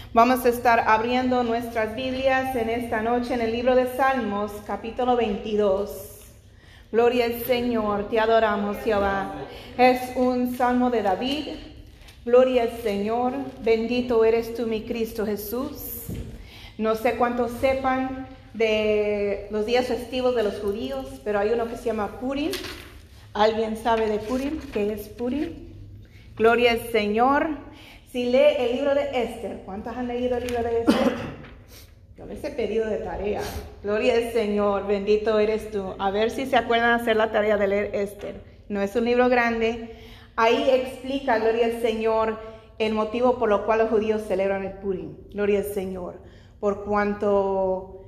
Vamos a estar abriendo nuestras Biblias en esta noche en el libro de Salmos, capítulo 22. Gloria al Señor, te adoramos, Jehová. Es un salmo de David. Gloria al Señor, bendito eres tú, mi Cristo Jesús. No sé cuántos sepan de los días festivos de los judíos, pero hay uno que se llama Purim. ¿Alguien sabe de Purim? ¿Qué es Purim? Gloria al Señor. Si lee el libro de Esther, ¿cuántos han leído el libro de Esther? Yo les he pedido de tarea. Gloria al Señor, bendito eres tú. A ver si se acuerdan de hacer la tarea de leer Esther. No es un libro grande. Ahí explica, gloria al Señor, el motivo por lo cual los judíos celebran el Purim. Gloria al Señor. Por cuanto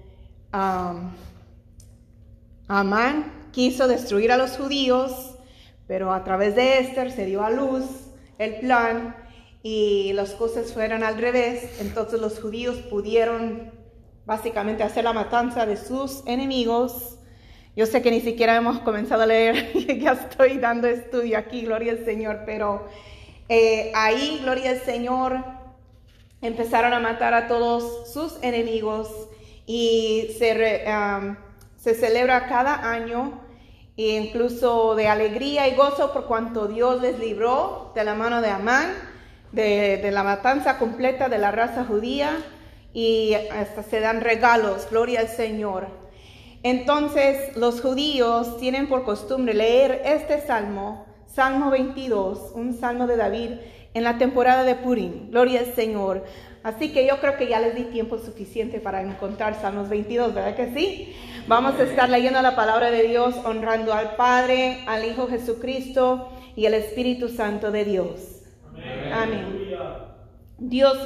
Amán quiso destruir a los judíos, pero a través de Esther se dio a luz el plan y las cosas fueron al revés. Entonces los judíos pudieron básicamente hacer la matanza de sus enemigos. Yo sé que ni siquiera hemos comenzado a leer, ya estoy dando estudio aquí, gloria al Señor, pero ahí, gloria al Señor, empezaron a matar a todos sus enemigos y se celebra cada año, e incluso de alegría y gozo por cuanto Dios les libró de la mano de Amán, de la matanza completa de la raza judía, y hasta se dan regalos, gloria al Señor. Entonces los judíos tienen por costumbre leer este salmo, Salmo 22, un salmo de David, en la temporada de Purim, gloria al Señor. Así que yo creo que ya les di tiempo suficiente para encontrar Salmos 22, ¿verdad que sí? Vamos a estar leyendo la palabra de Dios, honrando al Padre, al Hijo Jesucristo y al Espíritu Santo de Dios. Amén. Dios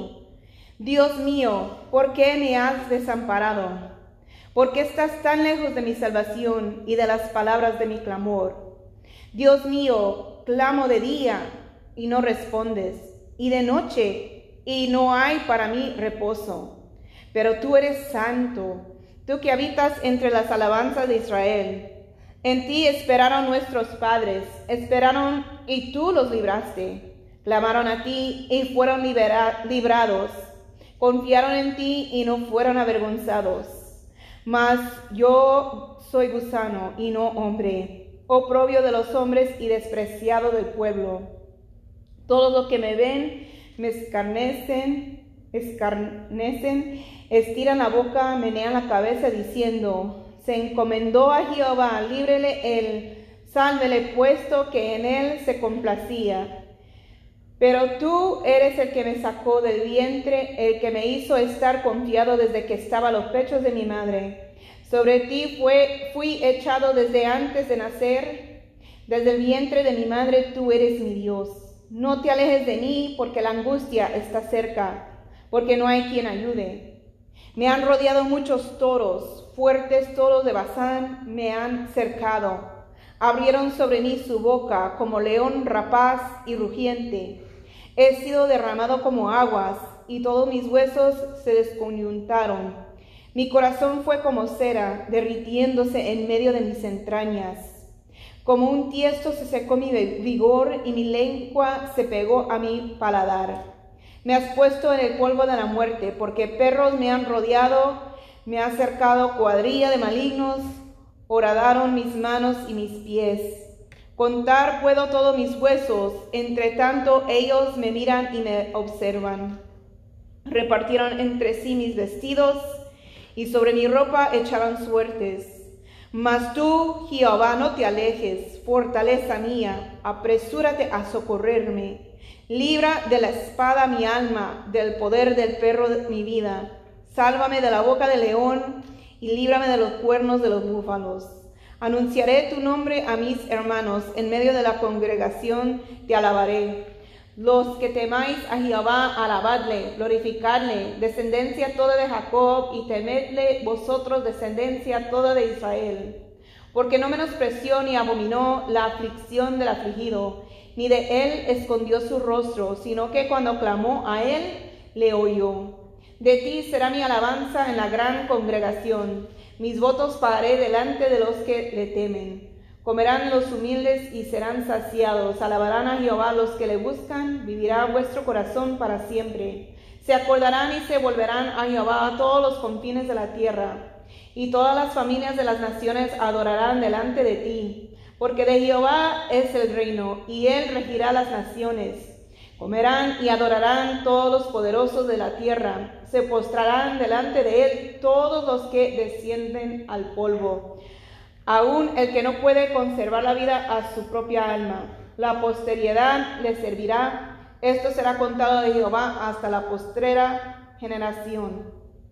mío, ¿por qué me has desamparado? ¿Por qué estás tan lejos de mi salvación y de las palabras de mi clamor? Dios mío, clamo de día y no respondes, y de noche y no hay para mí reposo. Pero tú eres santo, tú que habitas entre las alabanzas de Israel. En ti esperaron nuestros padres, esperaron y tú los libraste. Clamaron a ti y fueron librados. Confiaron en ti y no fueron avergonzados. Mas yo soy gusano y no hombre, oprobio de los hombres y despreciado del pueblo. Todos los que me ven me escarnecen, estiran la boca, menean la cabeza diciendo: se encomendó a Jehová, líbrele él, sálvele, puesto que en él se complacía. Pero tú eres el que me sacó del vientre, el que me hizo estar confiado desde que estaba a los pechos de mi madre. Sobre ti fui echado desde antes de nacer, desde el vientre de mi madre tú eres mi Dios. No te alejes de mí, porque la angustia está cerca, porque no hay quien ayude. Me han rodeado muchos toros, fuertes toros de Basán me han cercado. Abrieron sobre mí su boca como león rapaz y rugiente. He sido derramado como aguas, y todos mis huesos se descoyuntaron. Mi corazón fue como cera, derritiéndose en medio de mis entrañas. Como un tiesto se secó mi vigor, y mi lengua se pegó a mi paladar. Me has puesto en el polvo de la muerte, porque perros me han rodeado, me ha cercado cuadrilla de malignos, horadaron mis manos y mis pies. Contar puedo todos mis huesos, entre tanto ellos me miran y me observan. Repartieron entre sí mis vestidos, y sobre mi ropa echaron suertes. Mas tú, Jehová, no te alejes, fortaleza mía, apresúrate a socorrerme. Libra de la espada mi alma, del poder del perro mi vida. Sálvame de la boca del león, y líbrame de los cuernos de los búfalos. Anunciaré tu nombre a mis hermanos, en medio de la congregación te alabaré. Los que temáis a Jehová, alabadle, glorificadle, descendencia toda de Jacob, y temedle vosotros, descendencia toda de Israel. Porque no menospreció ni abominó la aflicción del afligido, ni de él escondió su rostro, sino que cuando clamó a él, le oyó. De ti será mi alabanza en la gran congregación. Mis votos pagaré delante de los que le temen. Comerán los humildes y serán saciados. Alabarán a Jehová los que le buscan. Vivirá vuestro corazón para siempre. Se acordarán y se volverán a Jehová a todos los confines de la tierra, y todas las familias de las naciones adorarán delante de ti, porque de Jehová es el reino, y él regirá las naciones. Comerán y adorarán todos los poderosos de la tierra, se postrarán delante de él todos los que descienden al polvo, aun el que no puede conservar la vida a su propia alma. La posteridad le servirá. Esto será contado de Jehová hasta la postrera generación.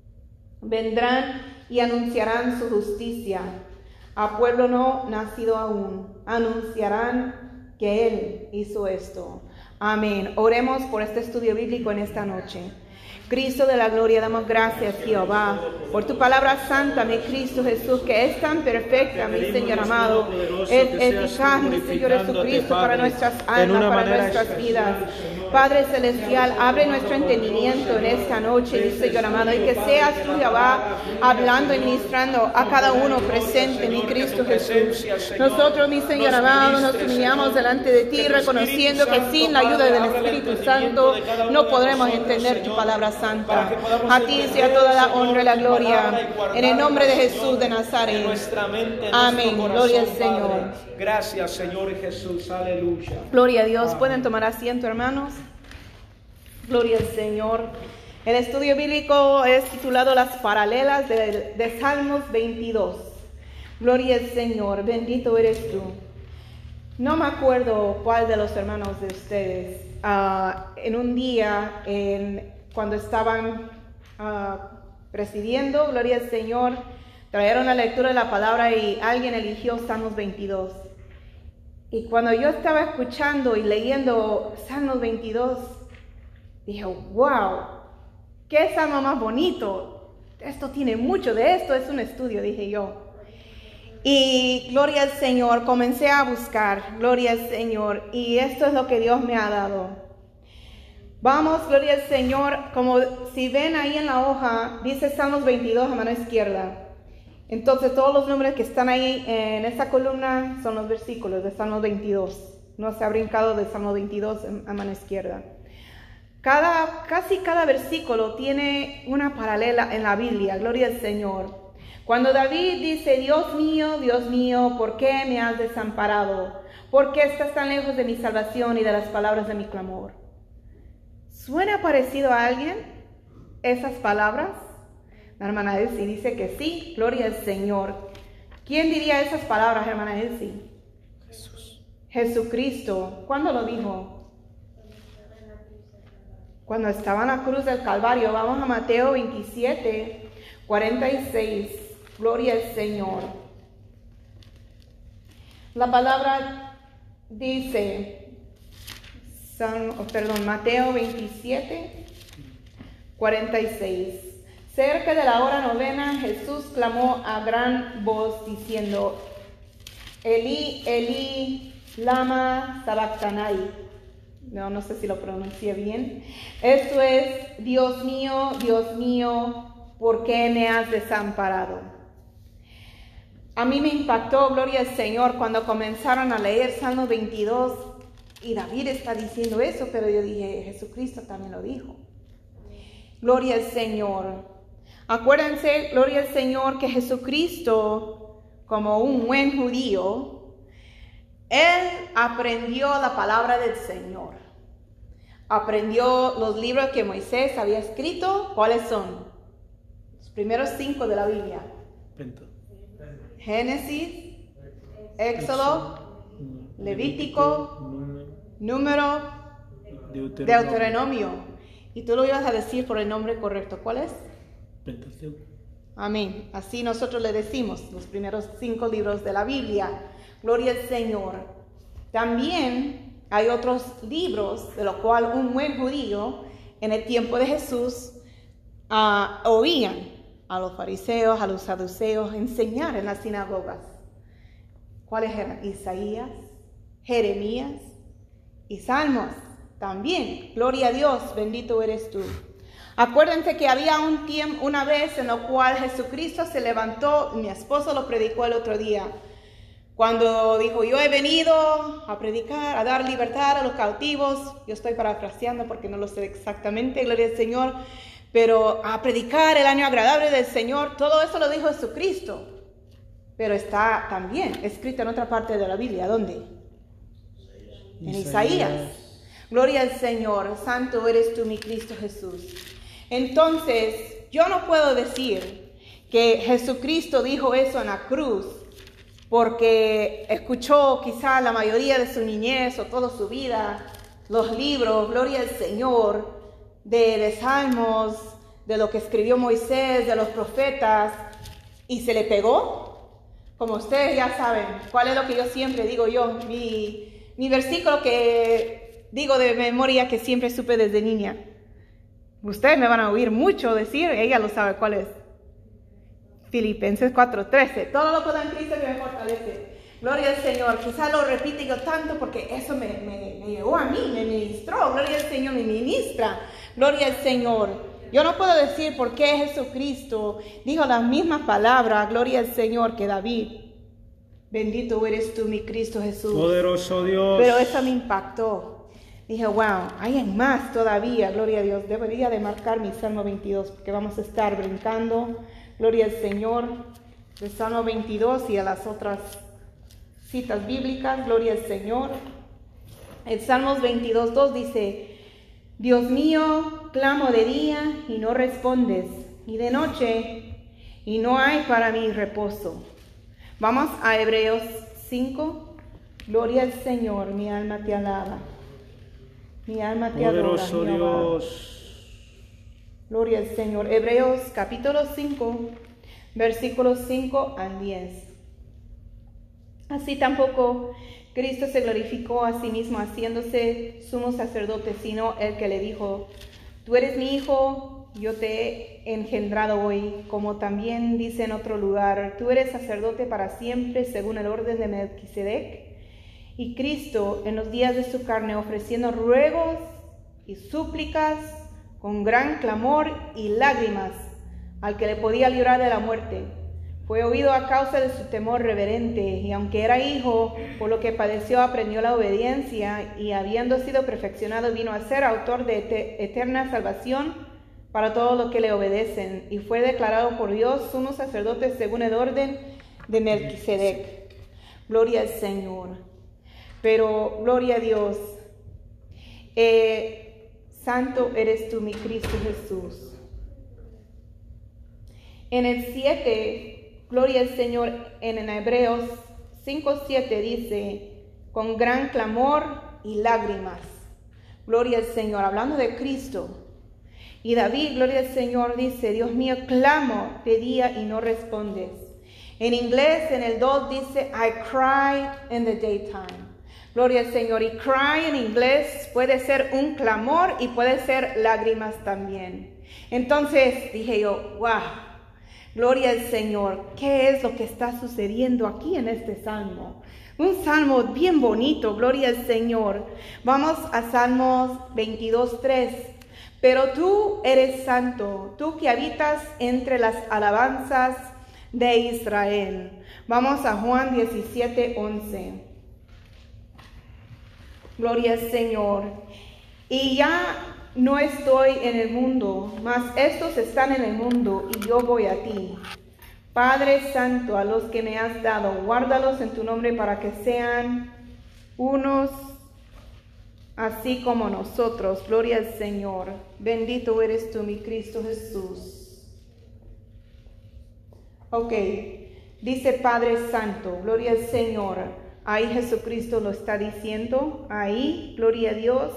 Vendrán y anunciarán su justicia. A pueblo no nacido aún, anunciarán que él hizo esto. Amén. Oremos por este estudio bíblico en esta noche. Cristo de la gloria, damos gracias, Jehová, por tu palabra santa, mi Cristo Jesús, que es tan perfecta, mi Señor amado, es eficaz, mi Señor Jesucristo, para nuestras almas, para nuestras vidas. Padre celestial, abre nuestro entendimiento en esta noche, mi Señor amado, y que seas tú, Jehová, hablando y ministrando a cada uno presente, mi Cristo Jesús. Nosotros, mi Señor amado, nos humillamos delante de ti, reconociendo que sin la ayuda del Espíritu Santo no podremos entender tu palabra santa. A ti sea toda la honra y la gloria, en el nombre de Jesús de Nazaret. Amén. Gloria al Señor. Gracias, Señor Jesús. Aleluya. Gloria a Dios. Pueden tomar asiento, hermanos. Gloria al Señor. El estudio bíblico es titulado Las paralelas de Salmos 22. Gloria al Señor. Bendito eres tú. No me acuerdo cuál de los hermanos de ustedes en un día cuando estaban presidiendo, gloria al Señor, trajeron la lectura de la palabra y alguien eligió Salmos 22. Y cuando yo estaba escuchando y leyendo Salmos 22, dije, wow, qué salmo más bonito. Esto tiene mucho de esto, es un estudio, dije yo. Y gloria al Señor, comencé a buscar, gloria al Señor, y esto es lo que Dios me ha dado. Vamos, gloria al Señor, como si ven ahí en la hoja, dice Salmos 22 a mano izquierda. Entonces todos los nombres que están ahí en esta columna son los versículos de Salmos 22. No se ha brincado de Salmos 22 a mano izquierda. Casi cada versículo tiene una paralela en la Biblia, gloria al Señor. Cuando David dice, Dios mío, ¿por qué me has desamparado? ¿Por qué estás tan lejos de mi salvación y de las palabras de mi clamor? ¿Suena parecido a alguien esas palabras? La hermana Elsie dice que sí, gloria al Señor. ¿Quién diría esas palabras, hermana Elsie? Jesús. Jesucristo. ¿Cuándo lo dijo? Cuando estaba en la cruz del Calvario. Vamos a Mateo 27, 46. Gloria al Señor. La palabra dice, Mateo 27, 46. Cerca de la hora novena, Jesús clamó a gran voz diciendo, Elí, Elí, lama sabactanai. No sé si lo pronuncié bien. Esto es, Dios mío, ¿por qué me has desamparado? A mí me impactó, gloria al Señor, cuando comenzaron a leer Salmo 22 y David está diciendo eso, pero yo dije, Jesucristo también lo dijo. Gloria al Señor. Acuérdense, gloria al Señor, que Jesucristo, como un buen judío, Él aprendió la palabra del Señor. Aprendió los libros que Moisés había escrito. ¿Cuáles son? Los primeros 5 de la Biblia. Génesis, Éxodo, Levítico, Número, Deuteronomio. Y tú lo ibas a decir por el nombre correcto. ¿Cuál es? Pentateuco. Amén. Así nosotros le decimos los primeros 5 libros de la Biblia. Gloria al Señor. También hay otros libros de los cuales un buen judío en el tiempo de Jesús oían a los fariseos, a los saduceos enseñar en las sinagogas. ¿Cuáles eran? Isaías, Jeremías y Salmos. También, gloria a Dios, bendito eres tú. Acuérdense que había una vez en la cual Jesucristo se levantó, mi esposo lo predicó el otro día, Cuando dijo, yo he venido a predicar, a dar libertad a los cautivos, yo estoy parafraseando porque no lo sé exactamente, gloria al Señor, pero a predicar el año agradable del Señor, todo eso lo dijo Jesucristo. Pero está también escrito en otra parte de la Biblia, ¿dónde? En Isaías. Gloria al Señor, santo eres tú, mi Cristo Jesús. Entonces, yo no puedo decir que Jesucristo dijo eso en la cruz porque escuchó quizá la mayoría de su niñez o toda su vida los libros, gloria al Señor, de Salmos, de lo que escribió Moisés, de los profetas, y se le pegó. Como ustedes ya saben, cuál es lo que yo siempre digo yo, mi versículo que digo de memoria que siempre supe desde niña. Ustedes me van a oír mucho decir, ella lo sabe cuál es. Filipenses 4:13, todo lo puedo en Cristo que me fortalece. Gloria al Señor, quizás lo repite yo tanto porque eso me llegó a mí, me ministró, gloria al Señor, me ministra, gloria al Señor. Yo no puedo decir por qué Jesucristo dijo las mismas palabras, gloria al Señor, que David. Bendito eres tú, mi Cristo Jesús. Poderoso Dios. Pero eso me impactó. Dije, wow, hay más todavía, gloria a Dios. Debería de marcar mi Salmo 22 porque vamos a estar brincando. Gloria al Señor, del Salmo 22 y a las otras citas bíblicas, gloria al Señor. El Salmos 22:2 dice, Dios mío, clamo de día y no respondes, y de noche y no hay para mí reposo. Vamos a Hebreos 5, gloria al Señor, mi alma te alaba, mi alma te adora, Poderoso Dios. Gloria al Señor. Hebreos capítulo 5, versículos 5 al 10. Así tampoco Cristo se glorificó a sí mismo haciéndose sumo sacerdote, sino el que le dijo, tú eres mi hijo, yo te he engendrado hoy, como también dice en otro lugar, tú eres sacerdote para siempre según el orden de Melquisedec. Y Cristo en los días de su carne ofreciendo ruegos y súplicas con gran clamor y lágrimas al que le podía librar de la muerte, fue oído a causa de su temor reverente, y aunque era hijo, por lo que padeció aprendió la obediencia, y habiendo sido perfeccionado vino a ser autor de eterna salvación para todos los que le obedecen, y fue declarado por Dios sumo sacerdote según el orden de Melquisedec. Gloria al Señor. Pero gloria a Dios. Santo eres tú, mi Cristo Jesús. En el 7, gloria al Señor, en Hebreos 5:7 dice, con gran clamor y lágrimas. Gloria al Señor, hablando de Cristo. Y David, gloria al Señor, dice, Dios mío, clamo de día y no respondes. En inglés, en el 2 dice, I cry in the daytime. Gloria al Señor. Y cry en inglés puede ser un clamor y puede ser lágrimas también. Entonces dije yo, wow, gloria al Señor. ¿Qué es lo que está sucediendo aquí en este salmo? Un salmo bien bonito, gloria al Señor. Vamos a Salmos 22:3. Pero tú eres santo, tú que habitas entre las alabanzas de Israel. Vamos a Juan 17:11. Gloria al Señor. Y ya no estoy en el mundo, mas estos están en el mundo y yo voy a ti. Padre Santo, a los que me has dado, guárdalos en tu nombre para que sean unos así como nosotros. Gloria al Señor. Bendito eres tú, mi Cristo Jesús. Ok, dice Padre Santo, gloria al Señor. Ahí Jesucristo lo está diciendo, ahí, gloria a Dios.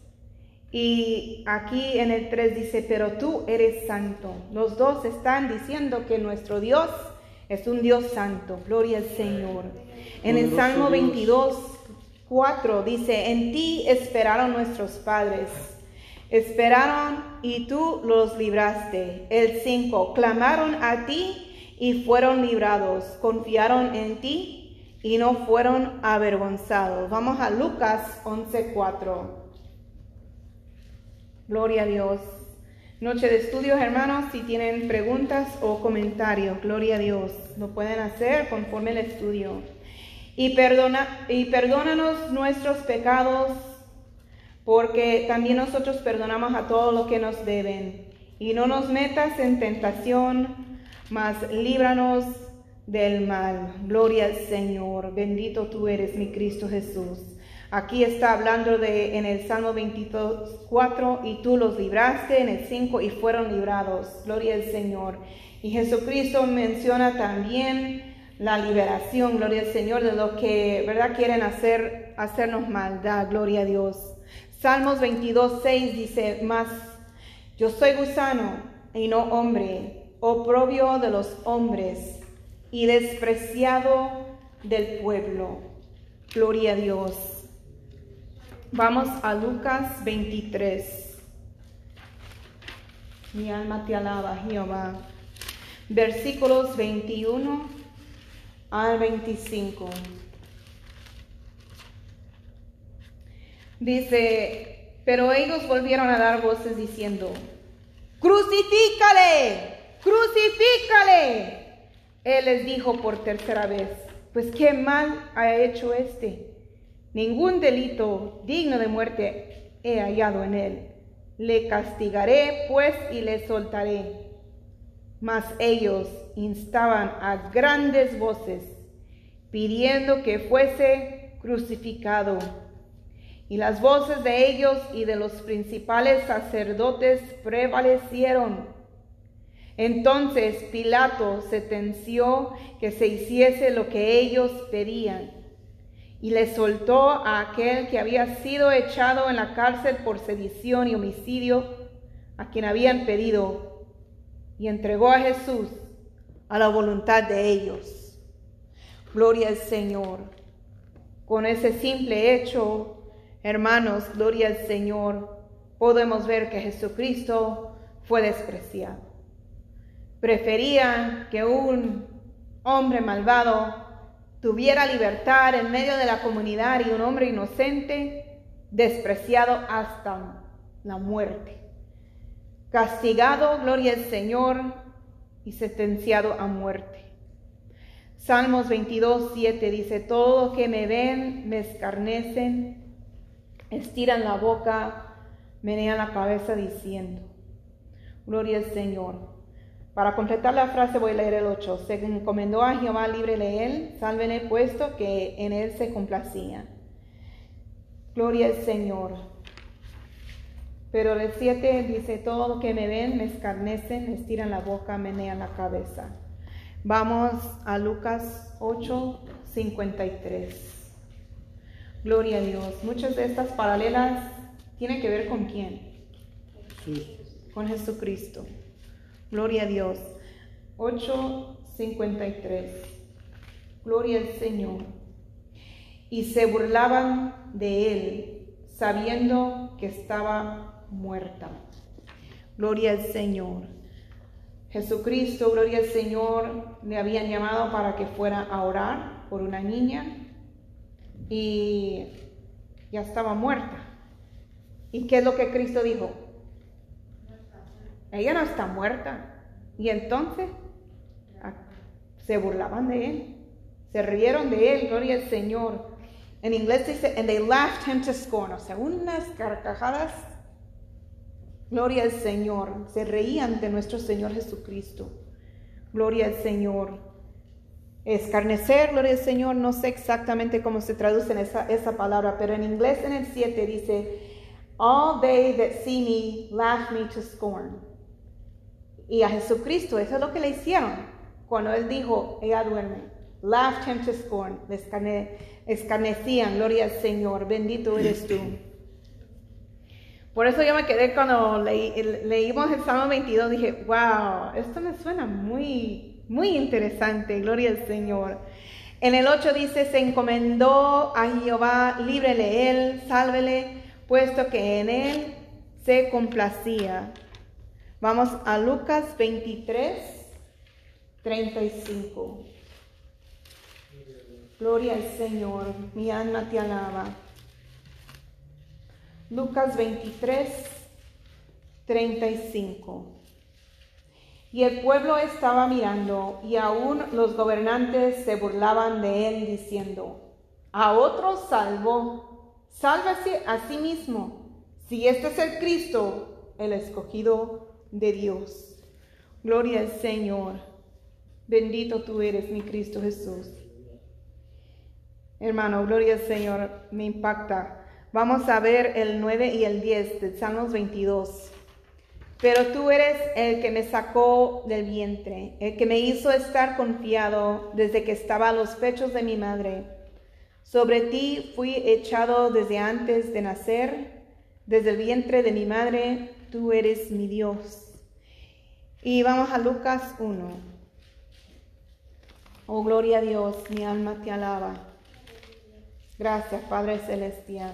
Y aquí en el 3 dice, pero tú eres santo. Los dos están diciendo que nuestro Dios es un Dios santo, gloria al Señor. En el Salmo 22:4 dice, en ti esperaron nuestros padres, esperaron y tú los libraste. El 5, clamaron a ti y fueron librados, confiaron en ti y no fueron avergonzados. Vamos a Lucas 11:4. Gloria a Dios. Noche de estudios, hermanos, si tienen preguntas o comentarios, gloria a Dios, lo pueden hacer conforme el estudio. y perdónanos nuestros pecados, porque también nosotros perdonamos a todos los que nos deben. Y no nos metas en tentación, mas líbranos del mal. Gloria al Señor. Bendito tú eres, mi Cristo Jesús. Aquí está hablando en el Salmo 22:4, y tú los libraste, en el 5, y fueron librados. Gloria al Señor. Y Jesucristo menciona también la liberación, gloria al Señor, de los que, ¿verdad?, quieren hacernos maldad. Gloria a Dios. Salmos 22:6 dice, mas yo soy gusano y no hombre, oprobio de los hombres y despreciado del pueblo. Gloria a Dios. Vamos a Lucas 23. Mi alma te alaba, Jehová. Versículos 21 al 25. Dice, pero ellos volvieron a dar voces diciendo, ¡crucifícale! ¡Crucifícale! Él les dijo por tercera vez, pues qué mal ha hecho este. Ningún delito digno de muerte he hallado en él. Le castigaré, pues, y le soltaré. Mas ellos instaban a grandes voces, pidiendo que fuese crucificado. Y las voces de ellos y de los principales sacerdotes prevalecieron. Entonces Pilato sentenció que se hiciese lo que ellos pedían. Y le soltó a aquel que había sido echado en la cárcel por sedición y homicidio, a quien habían pedido, y entregó a Jesús a la voluntad de ellos. Gloria al Señor. Con ese simple hecho, hermanos, gloria al Señor, podemos ver que Jesucristo fue despreciado. Prefería que un hombre malvado tuviera libertad en medio de la comunidad y un hombre inocente despreciado hasta la muerte, castigado, gloria al Señor, y sentenciado a muerte. Salmos 22:7 dice, todos los que me ven me escarnecen, estiran la boca, menean la cabeza diciendo, gloria al Señor. Para completar la frase voy a leer el 8. Se encomendó a Jehová, líbrele él, sálvele, puesto que en él se complacía. Gloria al Señor. Pero el 7 dice, todos los que me ven me escarnecen, me estiran la boca, menean la cabeza. Vamos a Lucas 8:53. Gloria a Dios. Muchas de estas paralelas tienen que ver con ¿quién? Sí. Con Jesucristo. Gloria a Dios. 8:53. Gloria al Señor. Y se burlaban de él, sabiendo que estaba muerta. Gloria al Señor. Jesucristo, gloria al Señor, le habían llamado para que fuera a orar por una niña y ya estaba muerta. ¿Y qué es lo que Cristo dijo? Ella no está muerta. Y entonces se burlaban de él, se rieron de él, gloria al Señor. En inglés dice, and they laughed him to scorn, o sea, unas carcajadas, gloria al Señor, se reían de nuestro Señor Jesucristo, gloria al Señor. Escarnecer, gloria al Señor, no sé exactamente cómo se traduce en esa palabra, pero en inglés en el 7 dice, all they that see me laugh me to scorn. Y a Jesucristo, eso es lo que le hicieron cuando él dijo, ella duerme. Laughed him to scorn. Le escarnecían, gloria al Señor. Bendito eres tú. Por eso yo me quedé cuando leímos el Salmo 22. Dije, wow, esto me suena muy, muy interesante. Gloria al Señor. En el 8 dice, se encomendó a Jehová, líbrele él, sálvele, puesto que en él se complacía. Vamos a Lucas 23:35. Gloria al Señor, mi alma te alaba. Lucas 23:35. Y el pueblo estaba mirando, y aún los gobernantes se burlaban de él, diciendo, a otros salvó, sálvase a sí mismo, si este es el Cristo, el escogido de Dios. Gloria al Señor. Bendito tú eres, mi Cristo Jesús. Hermano, gloria al Señor, me impacta. Vamos a ver el 9 y el 10 de Salmos 22. Pero tú eres el que me sacó del vientre, el que me hizo estar confiado desde que estaba a los pechos de mi madre. Sobre ti fui echado desde antes de nacer, desde el vientre de mi madre, tú eres mi Dios. Y vamos a Lucas 1. Oh, gloria a Dios, mi alma te alaba. Gracias, Padre Celestial.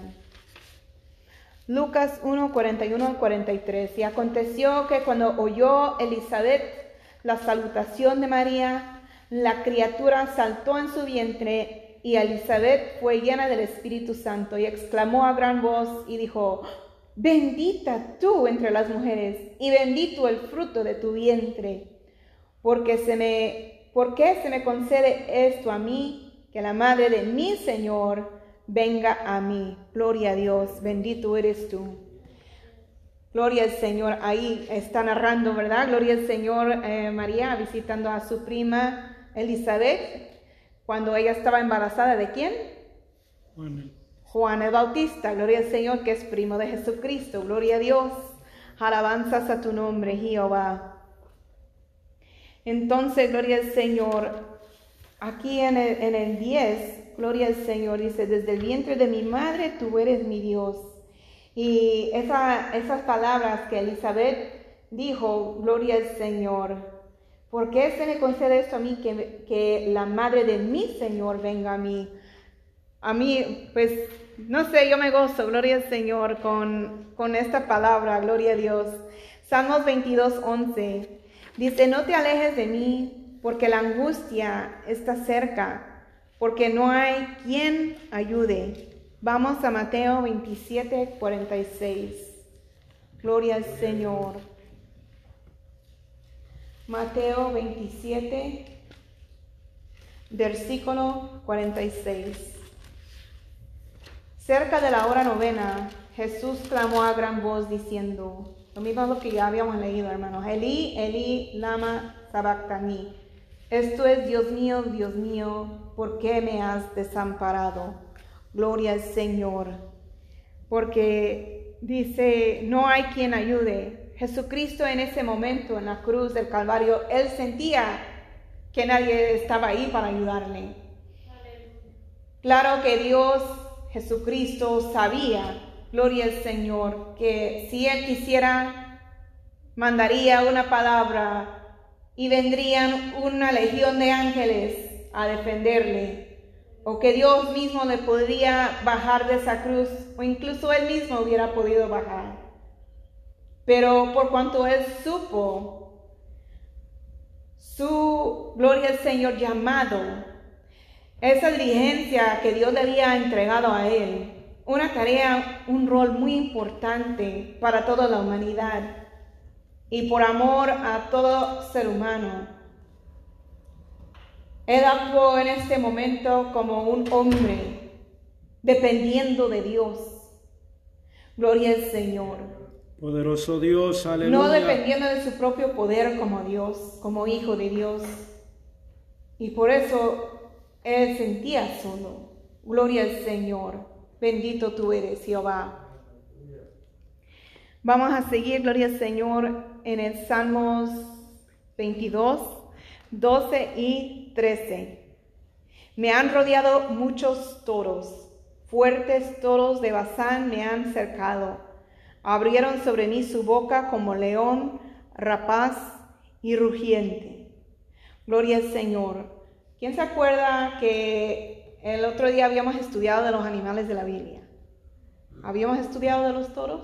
Lucas 1, 41 al 43. Y aconteció que cuando oyó Elizabeth la salutación de María, la criatura saltó en su vientre, y Elizabeth fue llena del Espíritu Santo, y exclamó a gran voz y dijo: bendita tú entre las mujeres, y bendito el fruto de tu vientre. ¿Por qué se me concede esto a mí, que la madre de mi Señor venga a mí? Gloria a Dios, bendito eres tú. Gloria al Señor. Ahí está narrando, ¿verdad? Gloria al Señor, María visitando a su prima Elizabeth, cuando ella estaba embarazada ¿de quién? Juan el Bautista. Gloria al Señor, que es primo de Jesucristo. Gloria a Dios. Alabanzas a tu nombre, Jehová. Entonces, gloria al Señor. Aquí en el 10, gloria al Señor, dice: desde el vientre de mi madre tú eres mi Dios. Y esas palabras que Elizabeth dijo, gloria al Señor. ¿Por qué se me concede esto a mí, que la madre de mi Señor venga a mí? A mí, pues, no sé, yo me gozo, gloria al Señor, con esta palabra, gloria a Dios. Salmos 22, 11. Dice: no te alejes de mí, porque la angustia está cerca, porque no hay quien ayude. Vamos a Mateo 27, 46. Gloria al Señor. Mateo 27, versículo 46. Cerca de la hora novena, Jesús clamó a gran voz diciendo, lo mismo lo que ya habíamos leído, hermanos: Elí, Elí, lama sabactani. Esto es: Dios mío, ¿por qué me has desamparado? Gloria al Señor. Porque dice, no hay quien ayude. Jesucristo en ese momento en la cruz del Calvario, Él sentía que nadie estaba ahí para ayudarle. Claro que Dios, Jesucristo, sabía, gloria al Señor, que si Él quisiera, mandaría una palabra y vendrían una legión de ángeles a defenderle, o que Dios mismo le podría bajar de esa cruz, o incluso Él mismo hubiera podido bajar. Pero por cuanto Él supo su, gloria al Señor, llamado, esa diligencia que Dios le había entregado a Él, una tarea, un rol muy importante para toda la humanidad y por amor a todo ser humano, Él actuó en este momento como un hombre dependiendo de Dios. Gloria al Señor. Poderoso Dios, aleluya. No dependiendo de su propio poder como Dios, como hijo de Dios. Y por eso Él sentía solo. Gloria al Señor. Bendito tú eres, Jehová. Vamos a seguir, gloria al Señor, en el Salmos 22, 12 y 13. Me han rodeado muchos toros, fuertes toros de Basán me han cercado. Abrieron sobre mí su boca como león, rapaz y rugiente. Gloria al Señor. ¿Quién se acuerda que el otro día habíamos estudiado de los animales de la Biblia? ¿Habíamos estudiado de los toros?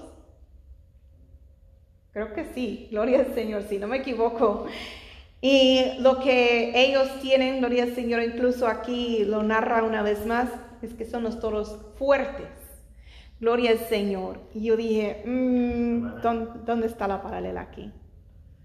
Creo que sí, gloria al Señor, si no me equivoco. Y lo que ellos tienen, gloria al Señor, incluso aquí lo narra una vez más, es que son los toros fuertes. Gloria al Señor. Y yo dije, ¿dónde está la paralela aquí?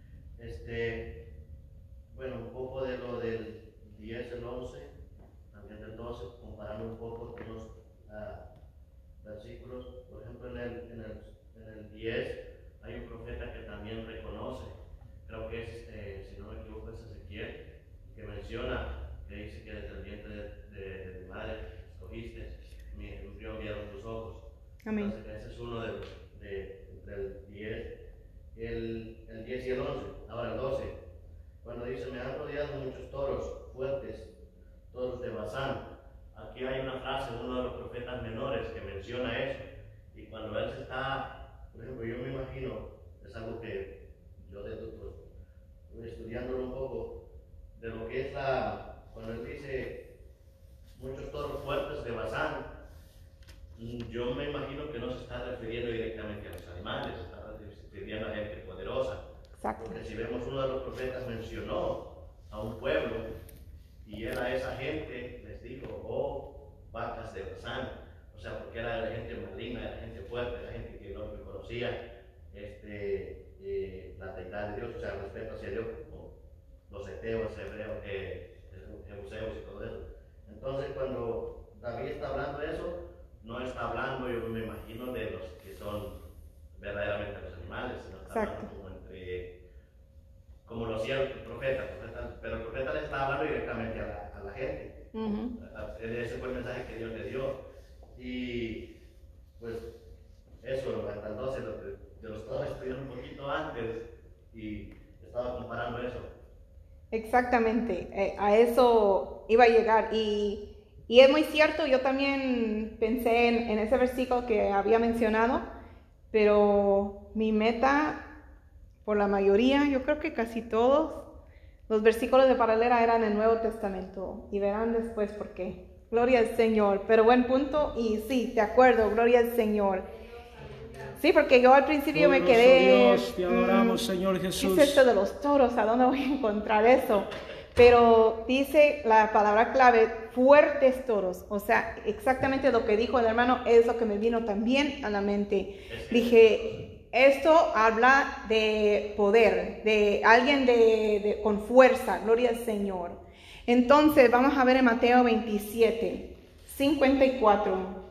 Bueno, un poco de lo del 10, el 11, entre todos, comparando un poco unos versículos. Por ejemplo, en el 10 hay un profeta que también reconoce, creo que es, si no me equivoco, es Ezequiel, que menciona, que dice que desde el vientre de mi madre escogiste, mi embrión vieron tus ojos. Amén. Entonces, ese es uno de los, entre el 10, el 10 y el 11. Ahora el 12, cuando dice, me han rodeado muchos toros fuertes, toros de Basán. Aquí hay una frase de uno de los profetas menores que menciona eso. Y cuando él se está, por ejemplo, yo me imagino, es algo que yo estudiándolo un poco, de lo que es cuando él dice muchos toros fuertes de Basán, yo me imagino que no se está refiriendo directamente a los animales, se está refiriendo a gente poderosa. Exacto. Porque si vemos, uno de los profetas mencionó a un pueblo y él a esa gente les dijo, oh, vacas de Basán. O sea, porque era la gente maligna, era gente fuerte, era gente que no reconocía la deidad de Dios, o sea, el respeto hacia Dios, como los heteos, hebreos, jebuseos y todo eso. Entonces, cuando David está hablando de eso, no está hablando, yo me imagino, de los que son verdaderamente los animales, sino está hablando como lo hacía el profeta, pero el profeta le está hablando directamente a la gente. Ese fue el mensaje que Dios le dio. Y pues eso, hasta el 12, yo lo estaba estudiando un poquito antes y estaba comparando eso. Exactamente, a eso iba a llegar. Y es muy cierto, yo también pensé en ese versículo que había mencionado, pero mi meta, por la mayoría, yo creo que casi todos, los versículos de paralela eran el Nuevo Testamento, y verán después por qué. Gloria al Señor, pero buen punto, y sí, de acuerdo, gloria al Señor. Sí, porque yo al principio me quedé... Dios, te adoramos, Señor Jesús. ¿Qué es esto de los toros? ¿A dónde voy a encontrar eso? Pero dice la palabra clave, fuertes toros. O sea, exactamente lo que dijo el hermano es lo que me vino también a la mente. Dije, esto habla de poder, de alguien con fuerza, gloria al Señor. Entonces, vamos a ver en Mateo 27, 54.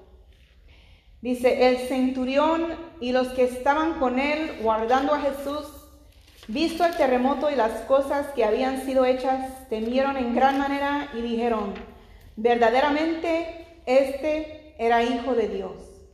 Dice, el centurión y los que estaban con él guardando a Jesús, visto el terremoto y las cosas que habían sido hechas, temieron en gran manera y dijeron, verdaderamente este era hijo de Dios.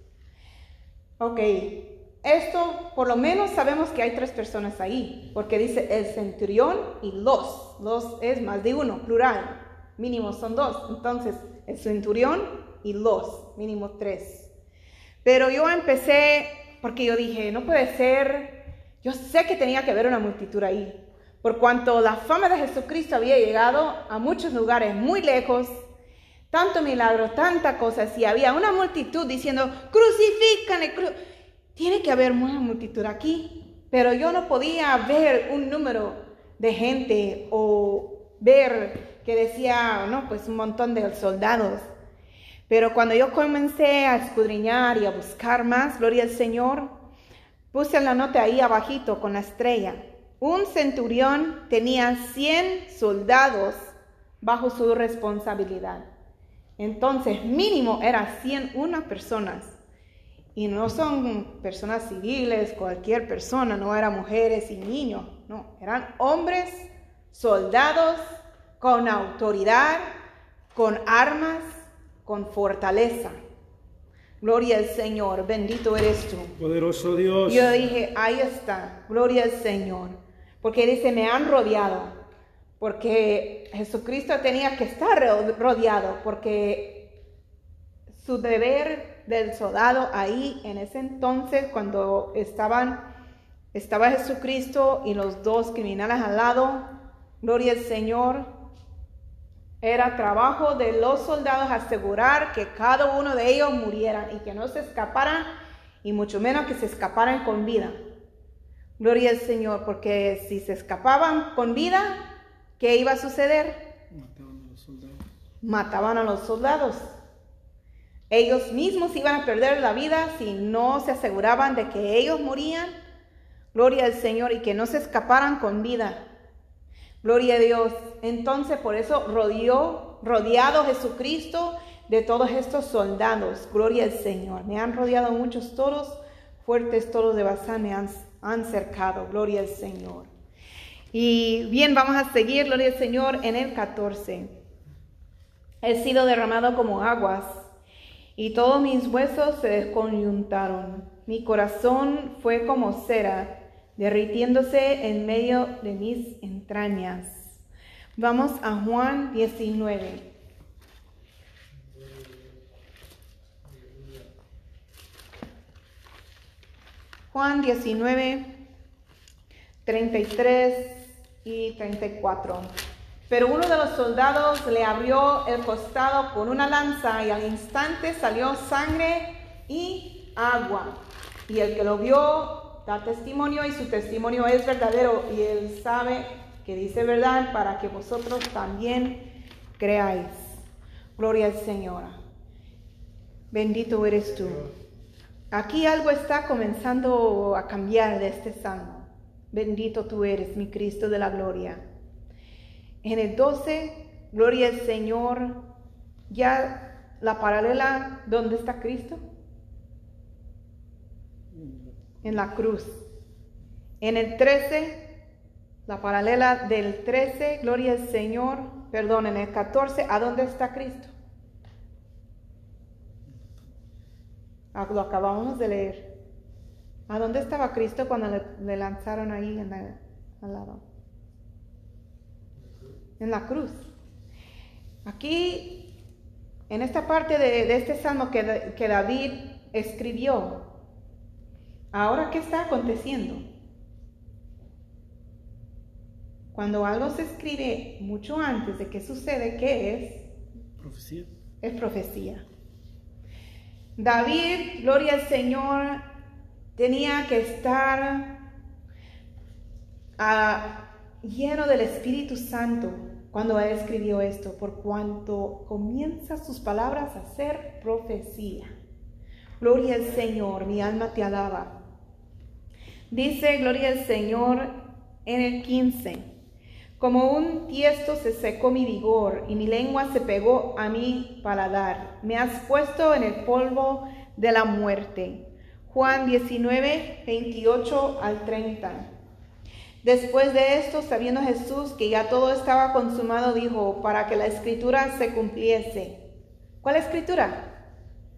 Ok, esto por lo menos sabemos que hay 3 personas ahí, porque dice el centurión y los es más de uno, plural, mínimo son 2, entonces el centurión y los, mínimo 3. Pero yo empecé, porque yo dije, no puede ser, yo sé que tenía que haber una multitud ahí, por cuanto la fama de Jesucristo había llegado a muchos lugares muy lejos, tanto milagro, tanta cosas, y había una multitud diciendo, crucifícanle, tiene que haber una multitud aquí, pero yo no podía ver un número de gente o ver que decía, no, pues un montón de soldados. Pero cuando yo comencé a escudriñar y a buscar más, gloria al Señor, puse la nota ahí abajito con la estrella. Un centurión tenía 100 soldados bajo su responsabilidad. Entonces, mínimo era 101 personas. Y no son personas civiles, cualquier persona, no eran mujeres y niños. No, eran hombres, soldados, con autoridad, con armas, con fortaleza. Gloria al Señor, bendito eres tú. Poderoso Dios. Yo dije, ahí está, gloria al Señor. Porque dice, me han rodeado. Porque Jesucristo tenía que estar rodeado. Porque su deber del soldado ahí en ese entonces, cuando estaba Jesucristo y los 2 criminales al lado, gloria al Señor, era trabajo de los soldados asegurar que cada uno de ellos murieran y que no se escaparan, y mucho menos que se escaparan con vida. Gloria al Señor, porque si se escapaban con vida, ¿qué iba a suceder? Mataban a los soldados. Mataban a los soldados. Ellos mismos iban a perder la vida si no se aseguraban de que ellos morían. Gloria al Señor, y que no se escaparan con vida. Gloria a Dios. Entonces, por eso rodeó rodeado Jesucristo de todos estos soldados. Gloria al Señor. Me han rodeado muchos toros, fuertes toros de Basán me han cercado. Gloria al Señor. Y bien, vamos a seguir, gloria al Señor, en el 14. He sido derramado como aguas, y todos mis huesos se desconyuntaron. Mi corazón fue como cera, derritiéndose en medio de mis entrañas. Vamos a Juan 19. Juan 19, 33 y 34. Pero uno de los soldados le abrió el costado con una lanza y al instante salió sangre y agua. Y el que lo vio da testimonio y su testimonio es verdadero y él sabe que dice verdad para que vosotros también creáis. Gloria al Señor. Bendito eres tú. Aquí algo está comenzando a cambiar de este salmo. Bendito tú eres, mi Cristo de la gloria. En el 12, gloria al Señor, ya la paralela, ¿dónde está Cristo? En la cruz. En el 13, la paralela del 13, gloria al Señor, perdón, en el 14, ¿a dónde está Cristo? Lo acabamos de leer. ¿A dónde estaba Cristo cuando le lanzaron ahí al lado? En la cruz. Aquí, en esta parte de este salmo que David escribió, ahora, ¿qué está aconteciendo? Cuando algo se escribe mucho antes de que sucede, ¿qué es? Profecía. Es profecía. David, gloria al Señor, tenía que estar lleno del Espíritu Santo cuando él escribió esto, por cuanto comienza sus palabras a ser profecía. Gloria al Señor, mi alma te alaba. Dice, gloria al Señor, en el 15. Como un tiesto se secó mi vigor y mi lengua se pegó a mi paladar. Me has puesto en el polvo de la muerte. Juan 19, 28 al 30. Después de esto, sabiendo Jesús que ya todo estaba consumado, dijo, para que la escritura se cumpliese. ¿Cuál escritura?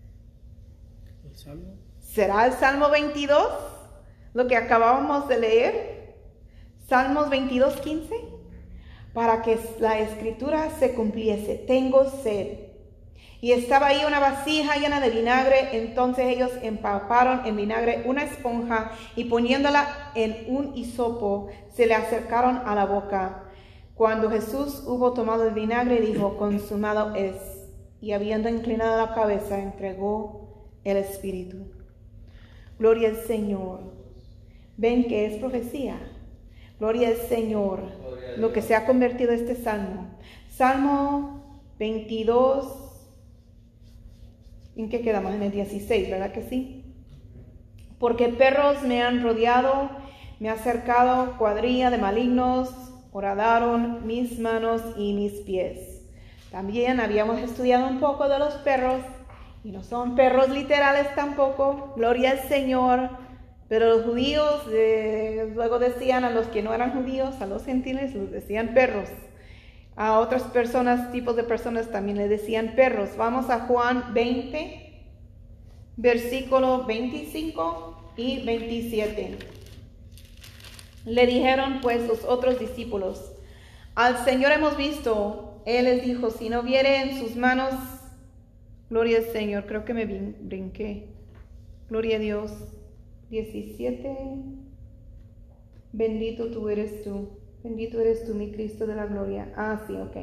El Salmo. ¿Será el Salmo 22? Lo que acabábamos de leer. Salmos 22, 15. Para que la escritura se cumpliese. Tengo sed. Y estaba ahí una vasija llena de vinagre. Entonces ellos empaparon en vinagre una esponja y poniéndola en un hisopo, se le acercaron a la boca. Cuando Jesús hubo tomado el vinagre, dijo, consumado es. Y habiendo inclinado la cabeza, entregó el Espíritu. Gloria al Señor. ¿Ven que es profecía? Gloria al Señor, lo que se ha convertido este salmo. Salmo 22, ¿en qué quedamos? En el 16, ¿verdad que sí? Porque perros me han rodeado, me ha cercado cuadrilla de malignos, horadaron mis manos y mis pies. También habíamos estudiado un poco de los perros, y no son perros literales tampoco, gloria al Señor. Pero los judíos luego decían a los que no eran judíos, a los gentiles, les decían perros. A otras personas, tipos de personas también les decían perros. Vamos a Juan 20, versículo 25 y 27. Le dijeron pues los otros discípulos, al Señor hemos visto. Él les dijo, si no viere en sus manos, gloria al Señor, creo que me brinqué. Gloria a Dios. 17. Bendito tú eres tú. Bendito eres tú, mi Cristo de la gloria. Ah, sí, ok.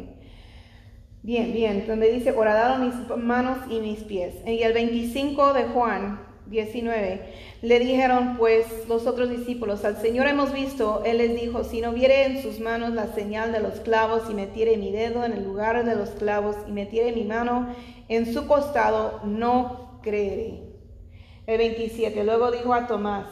Bien. Donde dice, horadaron mis manos y mis pies. Y el 25 de Juan 19. Le dijeron pues los otros discípulos, al Señor hemos visto. Él les dijo, si no viere en sus manos la señal de los clavos y metiere mi dedo en el lugar de los clavos y metiere mi mano en su costado, no creeré. El 27, luego dijo a Tomás,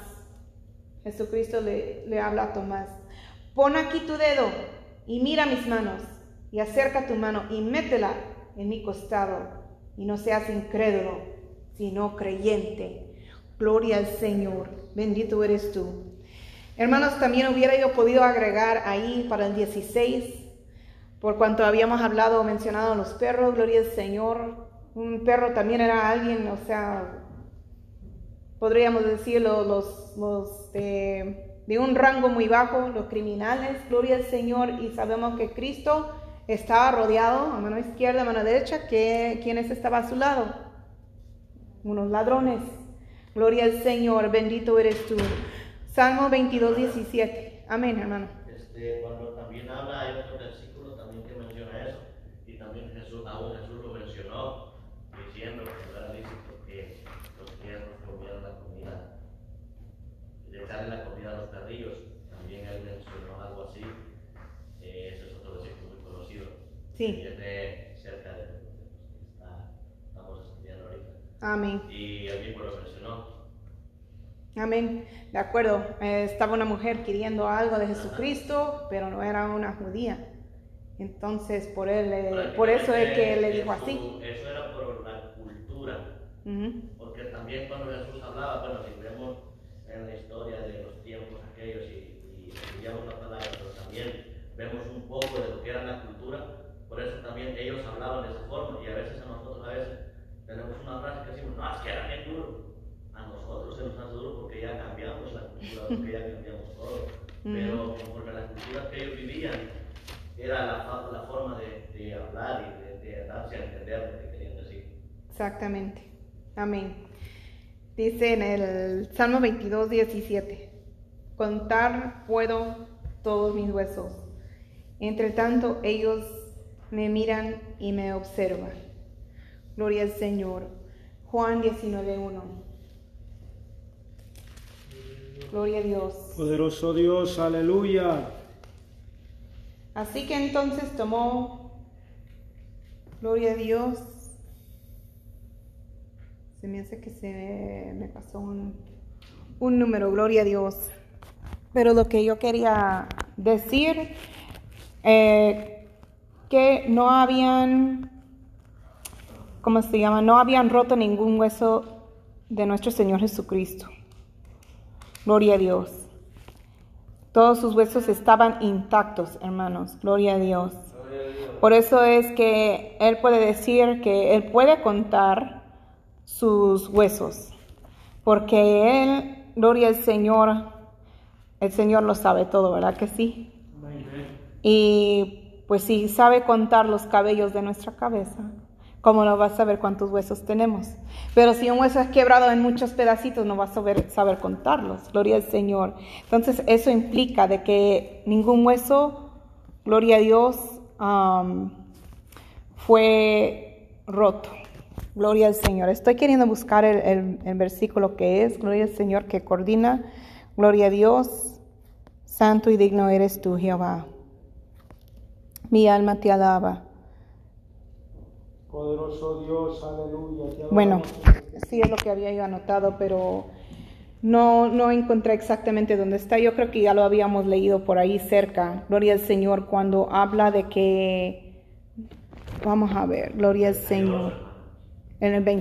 Jesucristo le habla a Tomás, pon aquí tu dedo y mira mis manos y acerca tu mano y métela en mi costado, y no seas incrédulo, sino creyente. Gloria al Señor, bendito eres tú. Hermanos, también hubiera yo podido agregar ahí para el 16, por cuanto habíamos hablado o mencionado los perros, gloria al Señor. Un perro también era alguien, o sea, podríamos decirlo, los de un rango muy bajo, los criminales, gloria al Señor. Y sabemos que Cristo estaba rodeado a mano izquierda, a mano derecha, ¿quiénes estaban a su lado? Unos ladrones. Gloria al Señor, bendito eres tú. Salmo 22, 17. Amén, hermano. Cuando también habla, hay otro versículo también que menciona eso, y también Jesús lo mencionó, diciendo que no era lícito que los tiernos comieran la comida, de echarle la comida a los perrillos. También él mencionó algo así. Ese es otro versículo muy conocido. Sí. Que viene cerca de lo que estamos estudiando ahorita. Amén. Y él mismo lo mencionó. Amén, de acuerdo. Estaba una mujer queriendo algo de Jesucristo, pero no era una judía. Entonces, por eso es que él le dijo así. Eso era por la cultura. Porque también cuando Jesús hablaba, bueno, si vemos en la historia de los tiempos aquellos y estudiamos la palabra, pero también vemos un poco de lo que era la cultura. Por eso también ellos hablaban de esa forma, y a veces nosotros tenemos una frase que decimos, no, es que era bien duro. A nosotros se nos hace duro porque ya cambiamos la cultura, porque ya cambiamos todo. Pero conforme a la cultura que ellos vivían, era la forma de hablar y de darse a entender lo que querían decir. Exactamente. Amén. Dice en el Salmo 22, 17, contar puedo todos mis huesos. Entre tanto ellos me miran y me observan. Gloria al Señor. Juan 19, 1. Gloria a Dios. Poderoso Dios, aleluya. Así que entonces tomó, gloria a Dios. Se me hace que me pasó un número, gloria a Dios. Pero lo que yo quería decir, que no habían, ¿cómo se llama? No habían roto ningún hueso de nuestro Señor Jesucristo. Gloria a Dios. Todos sus huesos estaban intactos, hermanos. Gloria a Dios. Por eso es que Él puede decir que Él puede contar sus huesos. Porque Él, gloria al Señor, el Señor lo sabe todo, ¿verdad que sí? Y pues si sabe contar los cabellos de nuestra cabeza, ¿cómo no vas a saber cuántos huesos tenemos? Pero si un hueso es quebrado en muchos pedacitos, no vas a saber contarlos. Gloria al Señor. Entonces, eso implica de que ningún hueso, gloria a Dios, fue roto. Gloria al Señor. Estoy queriendo buscar el versículo que es, gloria al Señor, que coordina. Gloria a Dios. Santo y digno eres tú, Jehová. Mi alma te alaba. Poderoso Dios, aleluya. Bueno, sí es lo que había yo anotado, pero no encontré exactamente dónde está. Yo creo que ya lo habíamos leído por ahí cerca. Gloria al Señor, cuando habla de que, vamos a ver, gloria al Señor, en el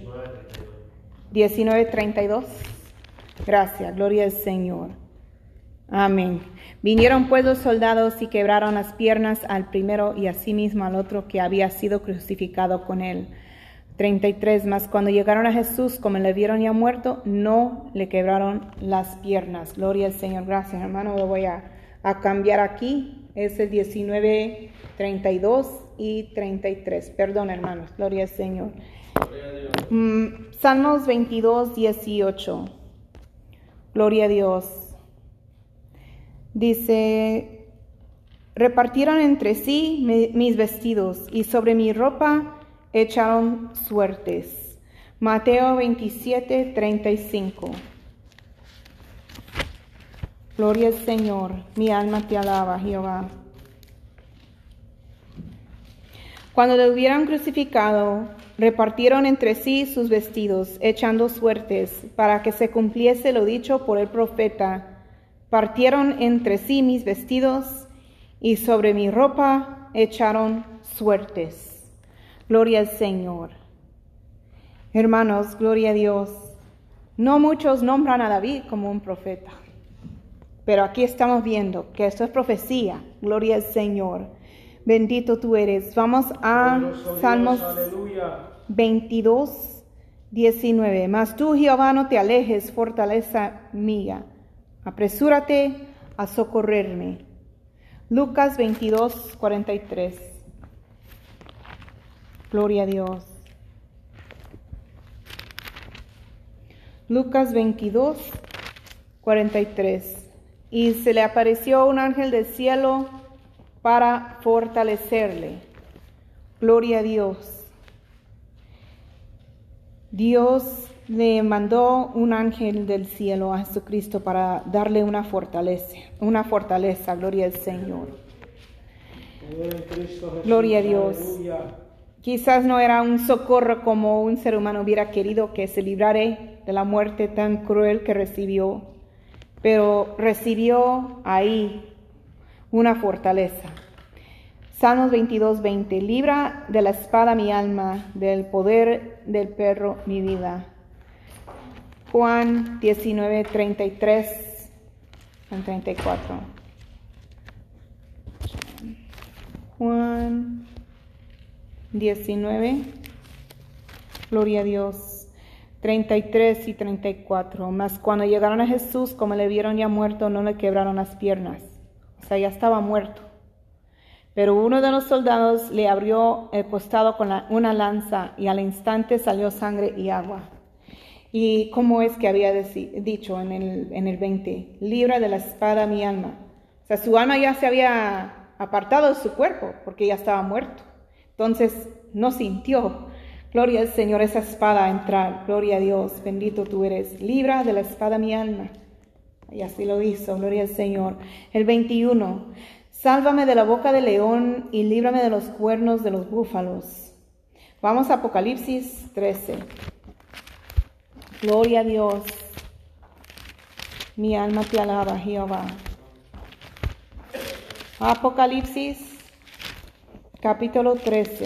19:32. Gracias, gloria al Señor. Amén. Vinieron pues los soldados y quebraron las piernas al primero y asimismo al otro que había sido crucificado con él. 33. Mas cuando llegaron a Jesús, como le vieron ya muerto, no le quebraron las piernas. Gloria al Señor. Gracias, hermano. Lo voy a cambiar aquí. Es el 19, 32 y 33. Perdón, hermanos. Gloria al Señor. Salmos 22, 18. Gloria a Dios. Dice, repartieron entre sí mis vestidos y sobre mi ropa echaron suertes. Mateo 27, 35. Gloria al Señor, mi alma te alaba, Jehová. Cuando le hubieran crucificado, repartieron entre sí sus vestidos, echando suertes, para que se cumpliese lo dicho por el profeta. Partieron entre sí mis vestidos, y sobre mi ropa echaron suertes. Gloria al Señor. Hermanos, gloria a Dios. No muchos nombran a David como un profeta, pero aquí estamos viendo que esto es profecía. Gloria al Señor. Bendito tú eres. Vamos a Salmos 22, 19. Mas tú, Jehová, no te alejes, fortaleza mía. Apresúrate a socorrerme. Lucas 22, 43. Gloria a Dios. Lucas 22, 43. Y se le apareció un ángel del cielo para fortalecerle. Gloria a Dios. Dios le mandó un ángel del cielo a Jesucristo para darle una fortaleza, gloria al Señor. Gloria a Dios. Quizás no era un socorro como un ser humano hubiera querido que se librara de la muerte tan cruel que recibió, pero recibió ahí una fortaleza. Salmos 22, 20. Libra de la espada mi alma, del poder del perro mi vida. Juan 19, 33 al 34. Juan 19, gloria a Dios, 33 y 34. Mas cuando llegaron a Jesús, como le vieron ya muerto, no le quebraron las piernas. O sea, ya estaba muerto. Pero uno de los soldados le abrió el costado con una lanza y al instante salió sangre y agua. ¿Y cómo es que había dicho en el 20? Libra de la espada mi alma. O sea, su alma ya se había apartado de su cuerpo porque ya estaba muerto. Entonces no sintió, gloria al Señor, esa espada entrar. Gloria a Dios, bendito tú eres. Libra de la espada mi alma. Y así lo hizo, gloria al Señor. El 21. Sálvame de la boca del león y líbrame de los cuernos de los búfalos. Vamos a Apocalipsis 13. Gloria a Dios. Mi alma te alaba, Jehová. Apocalipsis capítulo 13.